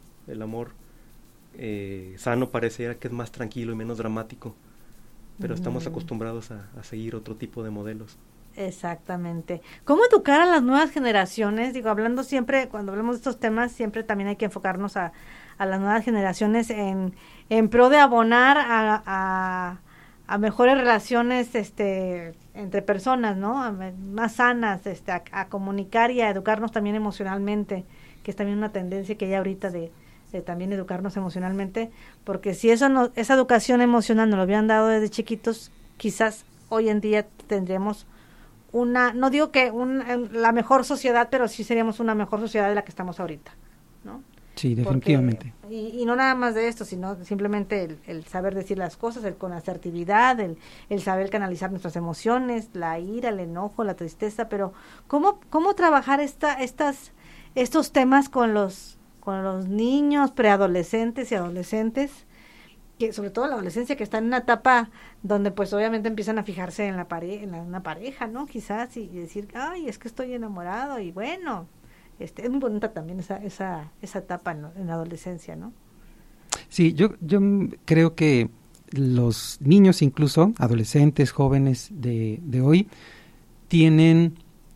S5: sano pareciera que es más tranquilo y menos dramático, pero estamos acostumbrados a seguir otro tipo de modelos.
S3: Exactamente. ¿Cómo educar a las nuevas generaciones? Digo, hablando siempre, cuando hablamos de estos temas, siempre también hay que enfocarnos a las nuevas generaciones en pro de abonar a mejores relaciones entre personas, ¿no? Más sanas, a comunicar y a educarnos también emocionalmente, que es también una tendencia que hay ahorita de también educarnos emocionalmente, porque si esa educación emocional nos lo habían dado desde chiquitos, quizás hoy en día tendríamos no digo que la mejor sociedad, pero sí seríamos una mejor sociedad de la que estamos ahorita, ¿no?
S4: Sí, definitivamente.
S3: Y no nada más de esto, sino simplemente el saber decir las cosas, con asertividad, el saber canalizar nuestras emociones, la ira, el enojo, la tristeza, pero ¿cómo trabajar estos temas con los niños, preadolescentes y adolescentes, que sobre todo la adolescencia, que está en una etapa donde pues obviamente empiezan a fijarse en una pareja, ¿no? Quizás y decir, ay, es que estoy enamorado, y bueno, Es muy bonita también esa etapa en la adolescencia, ¿no?
S4: Sí, yo creo que los niños, incluso adolescentes, jóvenes de hoy, tienen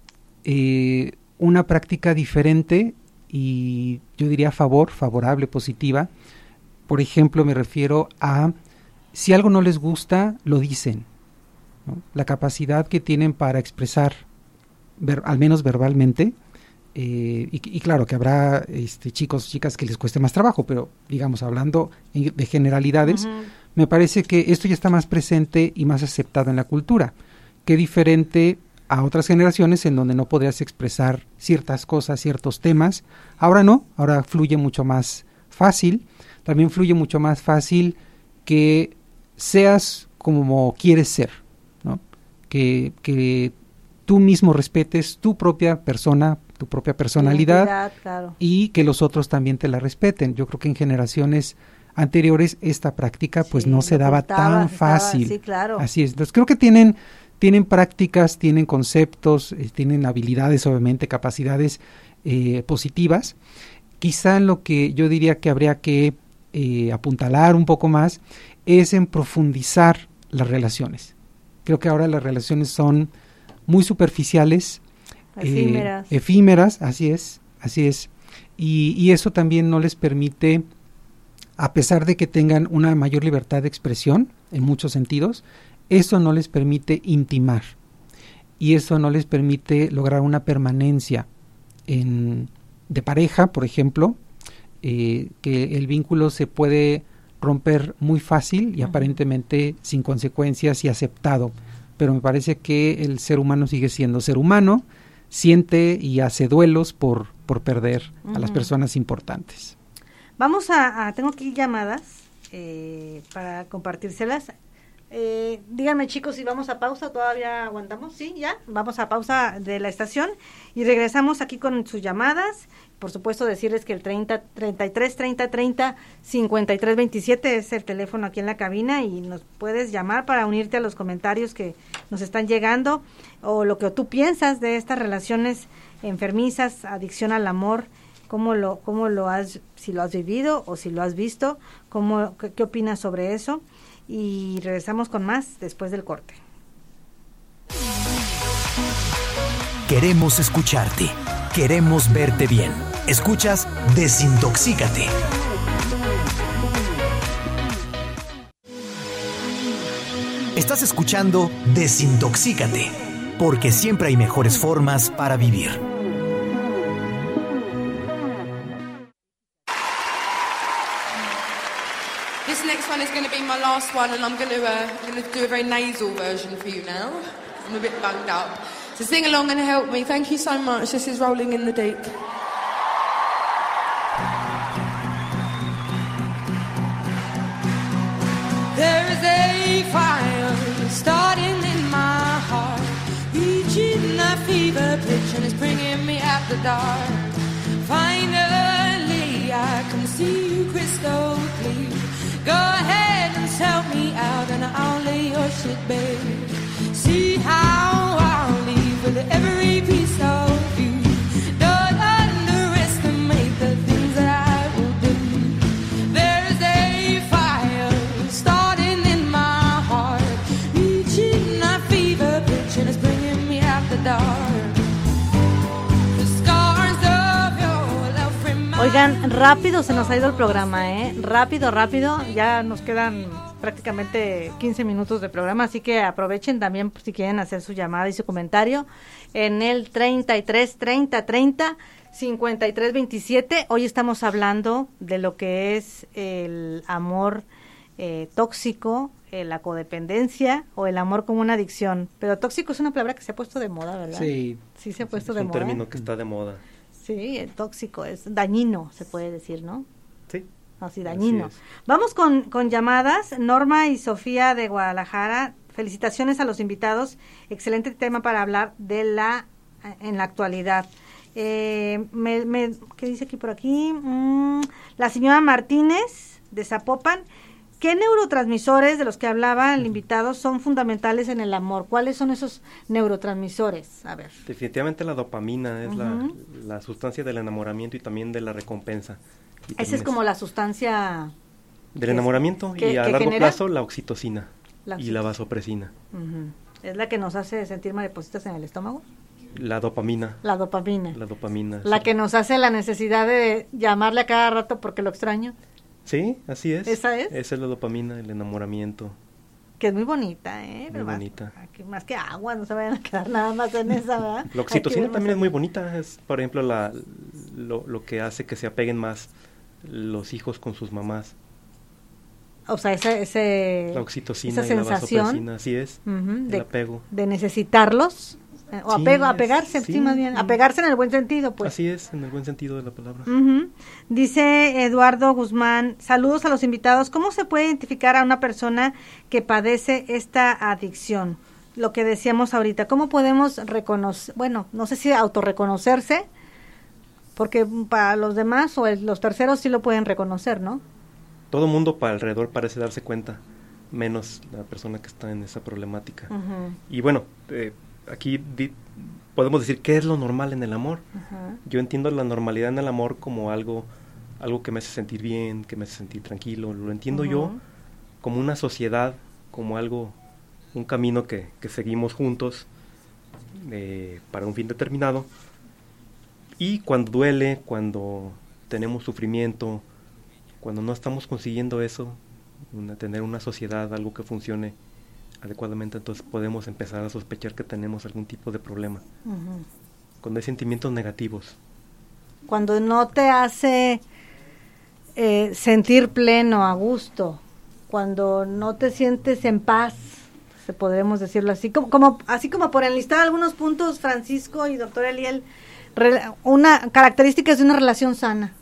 S4: una práctica diferente y yo diría favorable, positiva. Por ejemplo, me refiero a si algo no les gusta, lo dicen, ¿no? La capacidad que tienen para expresar, al menos verbalmente, y claro que habrá chicos, chicas que les cueste más trabajo, pero digamos, hablando de generalidades, me parece que esto ya está más presente y más aceptado en la cultura, que diferente a otras generaciones en donde no podrías expresar ciertas cosas, ciertos temas. Ahora no, ahora fluye mucho más fácil. También fluye mucho más fácil que seas como quieres ser, ¿no? Que tú mismo respetes tu propia persona, tu propia personalidad,
S3: claro.
S4: Y que los otros también te la respeten. Yo creo que en generaciones anteriores esta práctica pues no se daba tan fácil.
S3: Sí, claro.
S4: Así es. Entonces creo que tienen prácticas, tienen conceptos, tienen habilidades, obviamente, capacidades positivas. Quizá lo que yo diría que habría que apuntalar un poco más es en profundizar las relaciones. Creo que ahora las relaciones son muy superficiales, efímeras, así es, y eso también no les permite, a pesar de que tengan una mayor libertad de expresión en muchos sentidos, eso no les permite intimar y eso no les permite lograr una permanencia de pareja, por ejemplo, que el vínculo se puede romper muy fácil y aparentemente sin consecuencias y aceptado, pero me parece que el ser humano sigue siendo ser humano, siente y hace duelos por perder a las personas importantes.
S3: Vamos tengo aquí llamadas para compartírselas. Díganme, chicos, si vamos a pausa, ¿todavía aguantamos? Sí, ya, vamos a pausa de la estación y regresamos aquí con sus llamadas. Por supuesto, decirles que el 33 30 30 53 27 es el teléfono aquí en la cabina y nos puedes llamar para unirte a los comentarios que nos están llegando o lo que tú piensas de estas relaciones enfermizas, adicción al amor, si lo has vivido o si lo has visto, qué opinas sobre eso. Y regresamos con más después del corte.
S1: Queremos escucharte. Queremos verte bien. Escuchas Desintoxícate. Estás escuchando Desintoxícate, porque siempre hay mejores formas para vivir.
S2: This next one is going to be my last one, and I'm going to do a very nasal version for you now. I'm a bit bunged up. So sing along and help me. Thank you so much. This is Rolling in the Deep. There is a fire starting in my heart, reaching a fever pitch and it's bringing me out the dark. Finally, I can see you crystal clear. Go ahead and sell me out and I'll lay your shit bare. See how I'll leave with every piece of you. Don't underestimate the things that I will do. There's a fire starting in my heart, reaching a fever pitch and it's bringing me out the dark. The scars of your love remind.
S3: Oigan, rápido se nos ha ido el programa, rápido, ya nos quedan prácticamente 15 minutos de programa, así que aprovechen también si quieren hacer su llamada y su comentario en el 33 30 30 53 27. Hoy estamos hablando de lo que es el amor tóxico, la codependencia o el amor como una adicción, pero tóxico es una palabra que se ha puesto de moda, ¿verdad?
S4: Sí,
S3: se ha puesto de moda.
S5: Es un término que está de moda.
S3: Sí, el tóxico es dañino, se puede decir, ¿no?
S5: Sí.
S3: Así, dañino.
S5: Así es.
S3: Vamos con llamadas. Norma y Sofía de Guadalajara, felicitaciones a los invitados. Excelente tema para hablar en la actualidad. ¿Qué dice aquí por aquí? La señora Martínez de Zapopan, ¿Qué neurotransmisores de los que hablaba el invitado son fundamentales en el amor? ¿Cuáles son esos neurotransmisores? A ver.
S5: Definitivamente la dopamina es la sustancia del enamoramiento y también de la recompensa.
S3: Esa es como la sustancia...
S5: Del enamoramiento y a largo plazo la oxitocina y la vasopresina.
S3: ¿Es la que nos hace sentir maripositas en el estómago?
S5: La dopamina.
S3: La dopamina.
S5: La dopamina.
S3: La
S5: sí.
S3: que nos hace la necesidad de llamarle a cada rato porque lo extraño.
S5: Sí, así es.
S3: ¿Esa es?
S5: Esa es la dopamina, el enamoramiento.
S3: Que es muy bonita,
S5: Muy bonita.
S3: Más que agua, no se vayan a quedar nada más en esa, ¿verdad?
S5: La oxitocina también es muy bonita. Es, por ejemplo, lo que hace que se apeguen más los hijos con sus mamás.
S3: O sea,
S5: la oxitocina
S3: esa
S5: y la
S3: sensación,
S5: vasopresina, así es, el apego.
S3: De necesitarlos, o
S5: Sí,
S3: apegarse, sí, más bien, apegarse en el buen sentido, pues.
S5: Así es, en el buen sentido de la palabra.
S3: Dice Eduardo Guzmán, saludos a los invitados, ¿cómo se puede identificar a una persona que padece esta adicción? Lo que decíamos ahorita, ¿cómo podemos reconocer, bueno, no sé si autorreconocerse, porque para los demás o los terceros sí lo pueden reconocer, ¿no?
S5: Todo mundo para alrededor parece darse cuenta, menos la persona que está en esa problemática. Y bueno, aquí podemos decir qué es lo normal en el amor. Yo entiendo la normalidad en el amor como algo que me hace sentir bien, que me hace sentir tranquilo. Lo entiendo yo como una sociedad, como un camino que seguimos juntos para un fin determinado. Y cuando duele, cuando tenemos sufrimiento, cuando no estamos consiguiendo eso, tener una sociedad, algo que funcione adecuadamente, entonces podemos empezar a sospechar que tenemos algún tipo de problema. Cuando hay sentimientos negativos.
S3: Cuando no te hace sentir pleno, a gusto, cuando no te sientes en paz, podremos decirlo así, así como por enlistar algunos puntos, Francisco y doctor Eliel, características de una relación sana.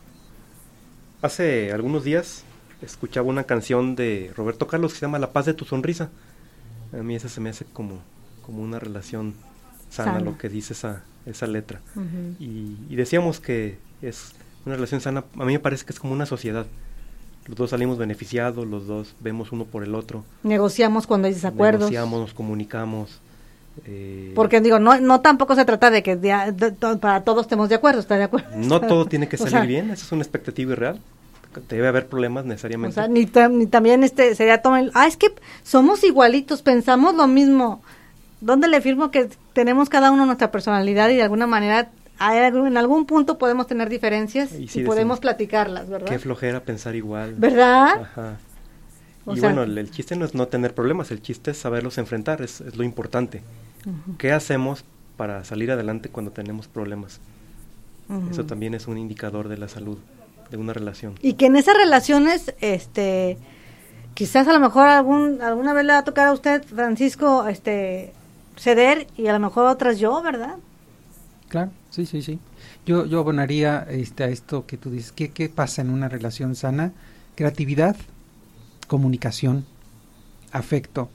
S5: Hace algunos días escuchaba una canción de Roberto Carlos que se llama La paz de tu sonrisa. A mí esa se me hace como una relación sana, lo que dice esa letra. Y decíamos que es una relación sana. A mí me parece que es como una sociedad. Los dos salimos beneficiados, los dos vemos uno por el otro.
S3: Negociamos cuando hay desacuerdos.
S5: Negociamos, nos comunicamos.
S3: Porque digo, no tampoco se trata de que para todos estemos de acuerdo, ¿está de acuerdo?
S5: No todo tiene que salir bien, eso es una expectativa irreal. Debe haber problemas necesariamente.
S3: O sea, ni también sería es que somos igualitos, pensamos lo mismo. ¿Dónde le firmo que tenemos cada uno nuestra personalidad y de alguna manera en algún punto podemos tener diferencias y podemos platicarlas, ¿verdad?
S5: Qué flojera pensar igual.
S3: ¿Verdad?
S5: Ajá. Y bueno, el chiste no es no tener problemas, el chiste es saberlos enfrentar, es lo importante. ¿Qué hacemos para salir adelante cuando tenemos problemas? Eso también es un indicador de la salud de una relación.
S3: Y que en esas relaciones, quizás a lo mejor alguna vez le va a tocar a usted, Francisco, ceder y a lo mejor otras yo, ¿verdad?
S4: Claro, sí. Yo abonaría a esto que tú dices, ¿qué pasa en una relación sana? Creatividad, comunicación, afecto.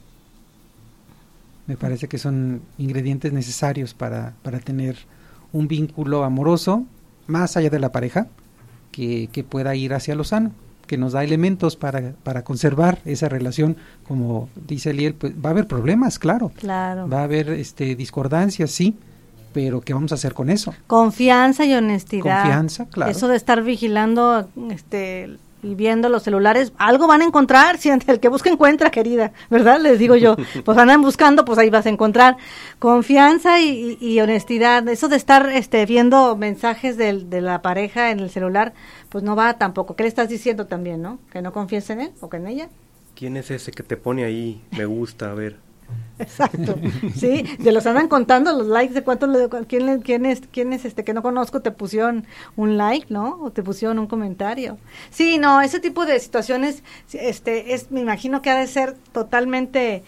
S4: Me parece que son ingredientes necesarios para tener un vínculo amoroso, más allá de la pareja, que pueda ir hacia lo sano, que nos da elementos para conservar esa relación. Como dice Eliel, pues va a haber problemas, claro. Va a haber discordancias, sí, pero ¿qué vamos a hacer con eso?
S3: Confianza y honestidad.
S4: Confianza, claro.
S3: Eso de estar vigilando y viendo los celulares, algo van a encontrar, si el que busca encuentra, querida, ¿verdad? Les digo yo, pues andan buscando, pues ahí vas a encontrar. Confianza y honestidad, eso de estar viendo mensajes de la pareja en el celular, pues no va tampoco. ¿Qué le estás diciendo también, no? ¿Que no confíes en él o que en ella?
S5: ¿Quién es ese que te pone ahí, me gusta, a ver?
S3: Exacto, sí, se los andan contando los likes de quién es que no conozco te pusieron un like, ¿no? O te pusieron un comentario. Sí, no, ese tipo de situaciones me imagino que ha de ser totalmente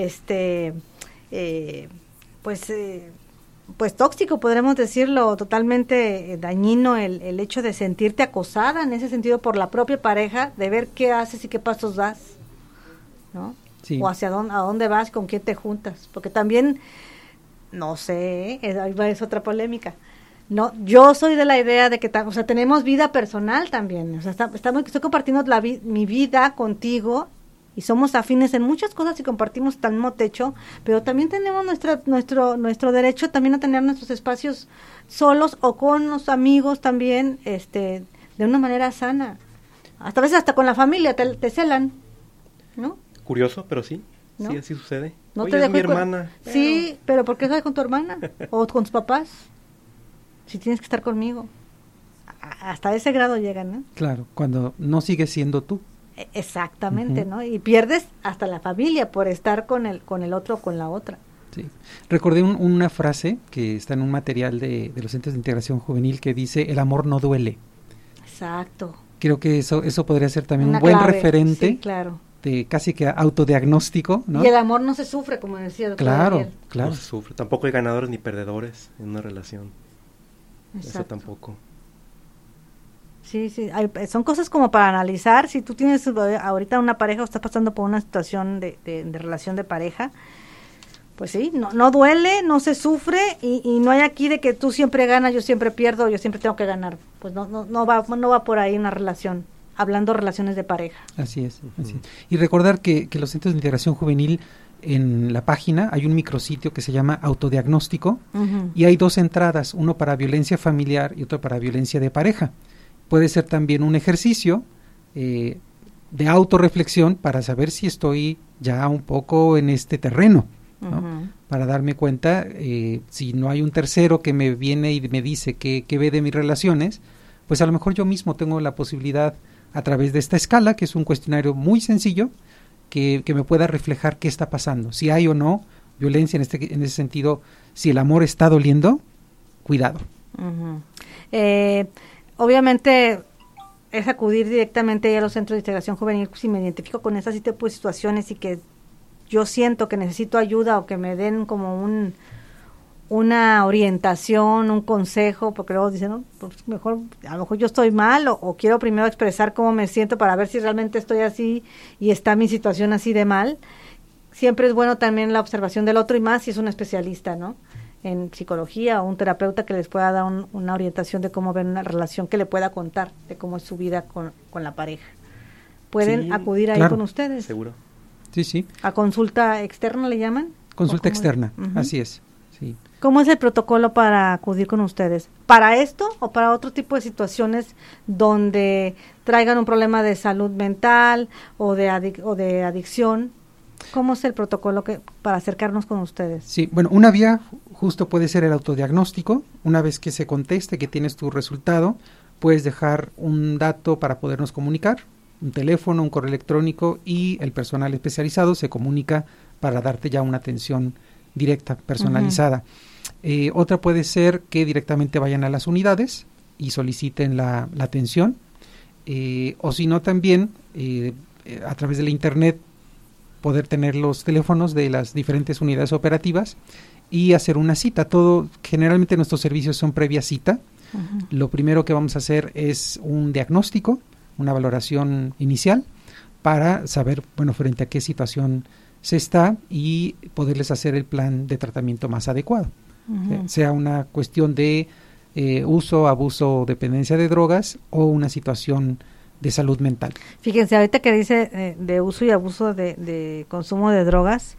S3: pues tóxico, podremos decirlo, totalmente dañino el hecho de sentirte acosada en ese sentido por la propia pareja, de ver qué haces y qué pasos das, ¿no? Sí. O a dónde vas, con quién te juntas, porque también, no sé, es otra polémica, No, yo soy de la idea de que, o sea, tenemos vida personal también. O sea, estoy compartiendo mi vida contigo y somos afines en muchas cosas y compartimos el mismo techo, pero también tenemos nuestro derecho también a tener nuestros espacios solos o con los amigos también, de una manera sana. Hasta a veces hasta con la familia te celan, ¿no?
S5: Curioso, pero sí,
S3: ¿no?
S5: sí, así sucede.
S3: No
S5: Oye,
S3: te
S5: es
S3: dejo
S5: mi
S3: ir
S5: hermana.
S3: Sí, pero ¿por qué estás con tu hermana? ¿O con tus papás? Si tienes que estar conmigo. Hasta ese grado llegan, ¿no?
S4: Claro, cuando no sigues siendo tú.
S3: Exactamente,
S4: Uh-huh.
S3: ¿no? Y pierdes hasta la familia por estar con el otro o con la otra.
S4: Sí. Recordé una frase que está en un material de los Centros de Integración Juvenil que dice: el amor no duele.
S3: Exacto.
S4: Creo que eso podría ser también
S3: Una
S4: un buen
S3: clave,
S4: referente,
S3: sí, claro.
S4: de casi que autodiagnóstico, ¿no?
S3: Y el amor no se sufre, como decía el doctor
S4: Claro,
S3: Daniel.
S4: claro.
S5: No se sufre. Tampoco hay ganadores ni perdedores en una relación. Eso
S3: Exacto.
S5: tampoco.
S3: Sí, son cosas como para analizar. Si tú tienes ahorita una pareja o estás pasando por una situación de relación de pareja, pues sí, no duele, no se sufre y no hay aquí de que tú siempre ganas, yo siempre pierdo, yo siempre tengo que ganar. Pues no va por ahí una relación, hablando relaciones de pareja.
S4: Así es, así es. Y recordar que los Centros de Integración Juvenil, en la página hay un micrositio que se llama Autodiagnóstico,
S3: Uh-huh.
S4: y hay 2 entradas, uno para violencia familiar y otro para violencia de pareja. Puede ser también un ejercicio de autorreflexión para saber si estoy ya un poco en este terreno, ¿no?
S3: Uh-huh.
S4: Para darme cuenta, si no hay un tercero que me viene y me dice qué ve de mis relaciones, pues a lo mejor yo mismo tengo la posibilidad, a través de esta escala, que es un cuestionario muy sencillo, que me pueda reflejar qué está pasando, si hay o no violencia en ese sentido, si el amor está doliendo, cuidado.
S3: Uh-huh. Obviamente es acudir directamente a los centros de integración juvenil si me identifico con estas tipo de situaciones y que yo siento que necesito ayuda o que me den como una orientación, un consejo, porque luego dicen, no, pues a lo mejor yo estoy mal o quiero primero expresar cómo me siento para ver si realmente estoy así y está mi situación así de mal. Siempre es bueno también la observación del otro y más si es un especialista, ¿no? En psicología o un terapeuta que les pueda dar una orientación de cómo ver una relación, que le pueda contar de cómo es su vida con la pareja. ¿Pueden
S5: Sí,
S3: acudir ahí
S4: claro.
S3: con ustedes?
S5: Seguro.
S4: Sí.
S3: ¿A consulta externa le llaman?
S4: Consulta
S3: ¿O cómo?
S4: externa,
S3: Uh-huh.
S4: así es. Sí.
S3: ¿Cómo es el protocolo para acudir con ustedes? ¿Para esto o para otro tipo de situaciones donde traigan un problema de salud mental o de adicción? ¿Cómo es el protocolo para acercarnos con ustedes?
S4: Sí, bueno, una vía justo puede ser el autodiagnóstico. Una vez que se conteste que tienes tu resultado, puedes dejar un dato para podernos comunicar, un teléfono, un correo electrónico, y el personal especializado se comunica para darte ya una atención directa, personalizada. Uh-huh. Otra puede ser que directamente vayan a las unidades y soliciten la atención, o si no también a través de la internet poder tener los teléfonos de las diferentes unidades operativas y hacer una cita. Generalmente nuestros servicios son previa cita. Uh-huh. Lo primero que vamos a hacer es un diagnóstico, una valoración inicial para saber, frente a qué situación se está y poderles hacer el plan de tratamiento más adecuado. Uh-huh. Sea una cuestión de uso, abuso, dependencia de drogas o una situación de salud mental.
S3: Fíjense, ahorita que dice de uso y abuso de consumo de drogas,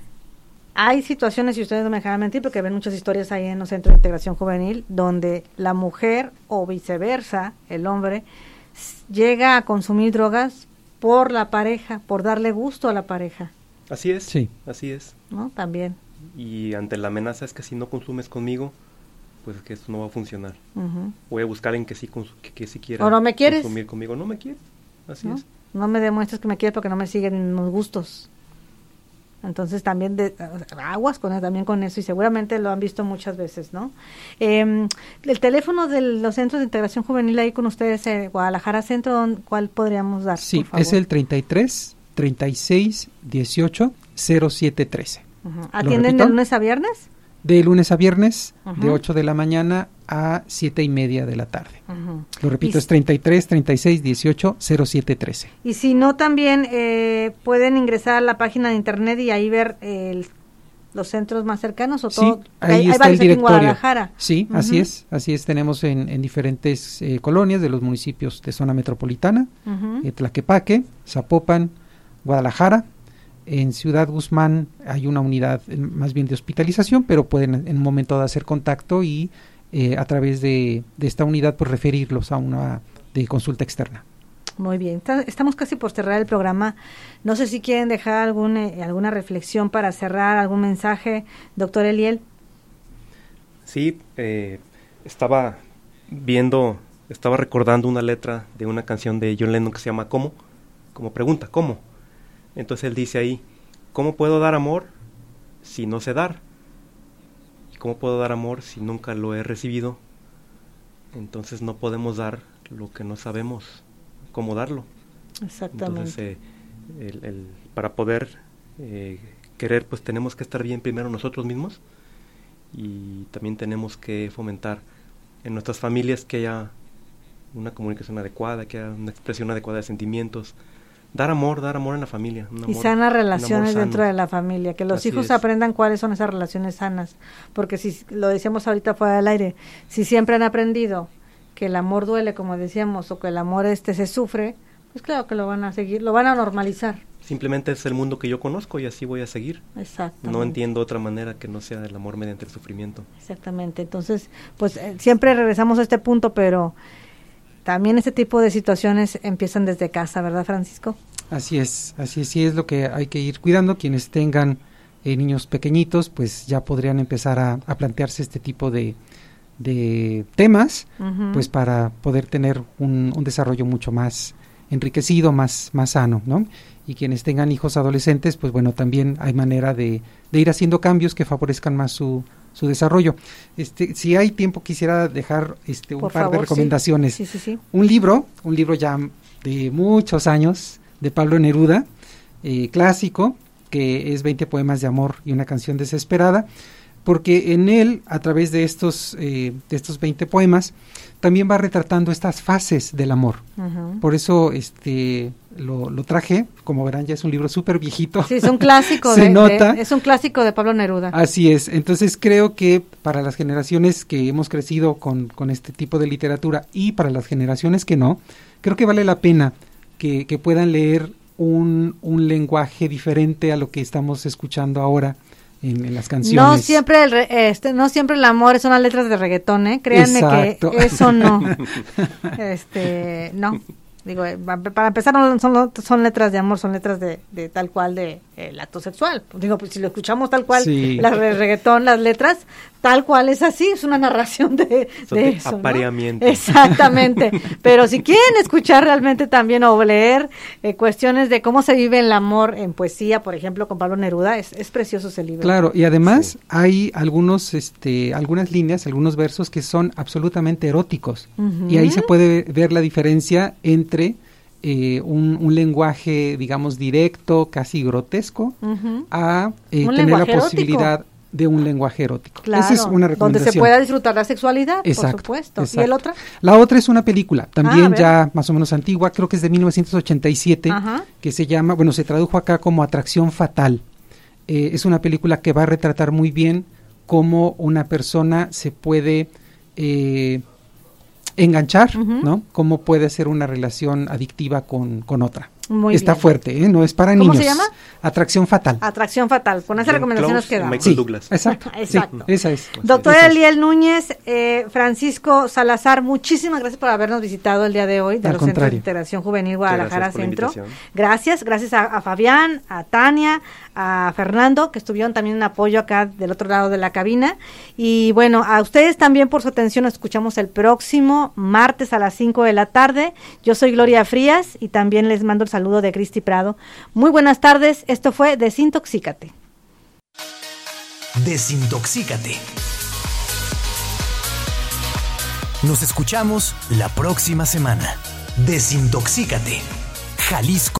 S3: hay situaciones, y ustedes no me dejan mentir, porque ven muchas historias ahí en los centros de integración juvenil, donde la mujer o viceversa, el hombre, llega a consumir drogas por la pareja, por darle gusto a la pareja.
S5: Así es,
S4: sí.
S5: Así es.
S3: ¿No? También.
S5: Y ante la amenaza es que si no consumes conmigo, pues que esto no va a funcionar.
S3: Uh-huh.
S5: Voy a buscar en que sí quiera
S3: ¿O no me quieres?
S5: consumir conmigo. No me quiere, así
S3: ¿No?
S5: es.
S3: No me demuestres que me quieres porque no me siguen los gustos. Entonces también aguas también con eso, y seguramente lo han visto muchas veces, ¿no? El teléfono de los centros de integración juvenil ahí con ustedes, Guadalajara Centro, ¿cuál podríamos dar?
S4: Sí,
S3: por favor?
S4: es el 33 36 18 07 13.
S3: Uh-huh. ¿Atienden de lunes a viernes?
S4: De lunes a viernes,
S3: uh-huh,
S4: de 8 de la mañana a 7:30 de la tarde.
S3: Uh-huh.
S4: Lo repito, es 33 36 18 07 13.
S3: Y si no, también pueden ingresar a la página de internet y ahí ver los centros más cercanos o
S4: Sí,
S3: todo?
S4: ahí está el
S3: varios aquí en
S4: directorio.
S3: Guadalajara.
S4: Sí, así es, tenemos en diferentes colonias de los municipios de zona metropolitana, Tlaquepaque, Zapopan, Guadalajara. En Ciudad Guzmán hay una unidad más bien de hospitalización, pero pueden en un momento dado hacer contacto y a través de esta unidad pues referirlos a una de consulta externa.
S3: Muy bien, estamos casi por cerrar el programa. No sé si quieren dejar alguna reflexión para cerrar, algún mensaje, doctor Eliel.
S5: Sí, estaba recordando una letra de una canción de John Lennon que se llama ¿Cómo? Como pregunta, ¿cómo? Entonces él dice ahí, ¿cómo puedo dar amor si no sé dar? ¿Y cómo puedo dar amor si nunca lo he recibido? Entonces no podemos dar lo que no sabemos cómo darlo.
S3: Exactamente.
S5: Entonces, para poder querer, pues tenemos que estar bien primero nosotros mismos, y también tenemos que fomentar en nuestras familias que haya una comunicación adecuada, que haya una expresión adecuada de sentimientos, dar amor en la familia.
S3: Y sanas relaciones dentro de la familia, que los hijos aprendan cuáles son esas relaciones sanas, porque si lo decíamos ahorita fuera del aire, si siempre han aprendido que el amor duele, como decíamos, o que el amor se sufre, pues claro que lo van a seguir, lo van a normalizar.
S5: Simplemente es el mundo que yo conozco y así voy a seguir.
S3: Exactamente.
S5: No entiendo otra manera que no sea el amor mediante el sufrimiento. Exactamente.
S3: Entonces, pues siempre regresamos a este punto, pero también este tipo de situaciones empiezan desde casa, ¿verdad, Francisco?
S4: Así es, sí es lo que hay que ir cuidando. Quienes tengan niños pequeñitos, pues ya podrían empezar a plantearse este tipo de temas, pues para poder tener un desarrollo mucho más enriquecido, más sano, ¿no? Y quienes tengan hijos adolescentes, pues bueno, también hay manera de ir haciendo cambios que favorezcan más su desarrollo. Si hay tiempo, quisiera dejar un par de recomendaciones.
S3: Sí.
S4: Un libro ya de muchos años, de Pablo Neruda, clásico, que es 20 poemas de amor y una canción desesperada, porque en él, a través de estos 20 poemas, también va retratando estas fases del amor. Por eso lo traje, como verán, ya es un libro súper viejito.
S3: Sí, es un clásico. Es un clásico de Pablo Neruda.
S4: Así es, entonces creo que para las generaciones que hemos crecido con este tipo de literatura y para las generaciones que no, creo que vale la pena que puedan leer un lenguaje diferente a lo que estamos escuchando ahora en las canciones.
S3: No siempre el amor son las letras de reggaetón, créanme. Exacto. Que eso no. No. Digo, para empezar, no son letras de amor, son letras de tal cual de el acto sexual. Digo, pues si lo escuchamos tal cual, las de reggaetón, las letras, tal cual es así, es una narración de eso,
S5: apareamiento.
S3: ¿no? Exactamente. Pero si quieren escuchar realmente también o leer cuestiones de cómo se vive el amor en poesía, por ejemplo, con Pablo Neruda, es precioso ese libro.
S4: Claro, y además hay algunas líneas, algunos versos que son absolutamente eróticos. Y ahí se puede ver la diferencia entre un lenguaje, digamos, directo, casi grotesco, a tener la posibilidad erótico de un lenguaje erótico.
S3: Claro,
S4: esa es una recomendación.
S3: Donde se pueda disfrutar la sexualidad,
S4: exacto,
S3: por supuesto.
S4: Exacto.
S3: ¿Y el otra?
S4: La otra es una película, también ya más o menos antigua, creo que es de 1987, que se llama, se tradujo acá como Atracción Fatal. Es una película que va a retratar muy bien cómo una persona se puede enganchar, ¿no? Cómo puede ser una relación adictiva con otra. Está fuerte, no es para niños.
S3: ¿Cómo se llama?
S4: Atracción Fatal.
S3: Atracción Fatal. Con esas recomendaciones que damos.
S5: Michael Douglas.
S4: Exacto.
S3: Exacto.
S4: Sí, esa es.
S3: Doctor Eliel Núñez, Francisco Salazar, muchísimas gracias por habernos visitado el día de hoy de los Centros de Integración Juvenil Guadalajara Centro. Gracias a Fabián, a Tania, a Fernando, que estuvieron también en apoyo acá del otro lado de la cabina. Y bueno, a ustedes también por su atención. Nos escuchamos el próximo martes a las 5 de la tarde. Yo soy Gloria Frías y también les mando el saludo de Cristi Prado. Muy buenas tardes, esto fue Desintoxícate.
S1: Desintoxícate. Nos escuchamos la próxima semana. Desintoxícate. Jalisco.